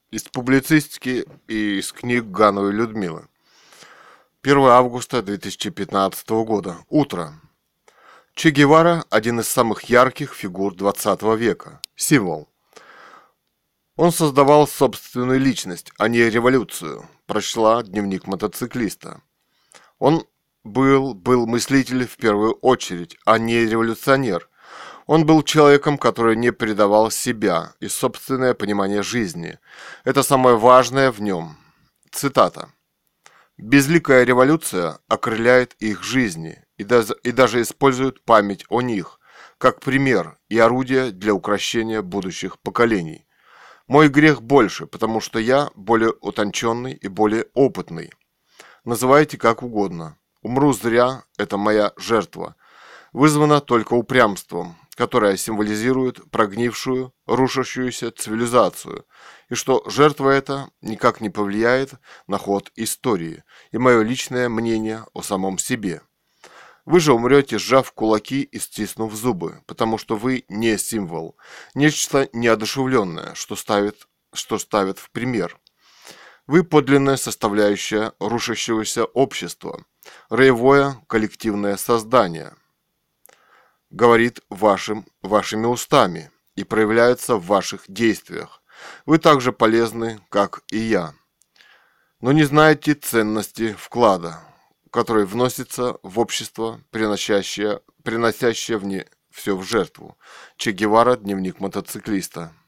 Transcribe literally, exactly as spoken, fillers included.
Из публицистики и из книг Гановой Людмилы. первое августа две тысячи пятнадцатого года. Утро. Че Гевара – один из самых ярких фигур двадцатого века. Символ. Он создавал собственную личность, а не революцию. Прочла дневник мотоциклиста. Он был, был мыслитель в первую очередь, а не революционер. Он был человеком, который не предавал себя и собственное понимание жизни. Это самое важное в нем. Цитата. «Безликая революция окрыляет их жизни и даже, и даже использует память о них, как пример и орудие для укрощения будущих поколений. Мой грех больше, потому что я более утонченный и более опытный. Называйте как угодно. Умру зря, это моя жертва. Вызвана только упрямством, которое символизирует прогнившую, рушащуюся цивилизацию, и что жертва эта никак не повлияет на ход истории и мое личное мнение о самом себе. Вы же умрете, сжав кулаки и стиснув зубы, потому что вы не символ, нечто неодушевленное, что ставит, что ставит в пример. Вы подлинная составляющая рушащегося общества, роевое коллективное создание, говорит вашим, вашими устами и проявляется в ваших действиях. Вы так же полезны, как и я, но не знаете ценности вклада, который вносится в общество, приносящее, приносящее в не все в жертву. Че Гевара, дневник мотоциклиста.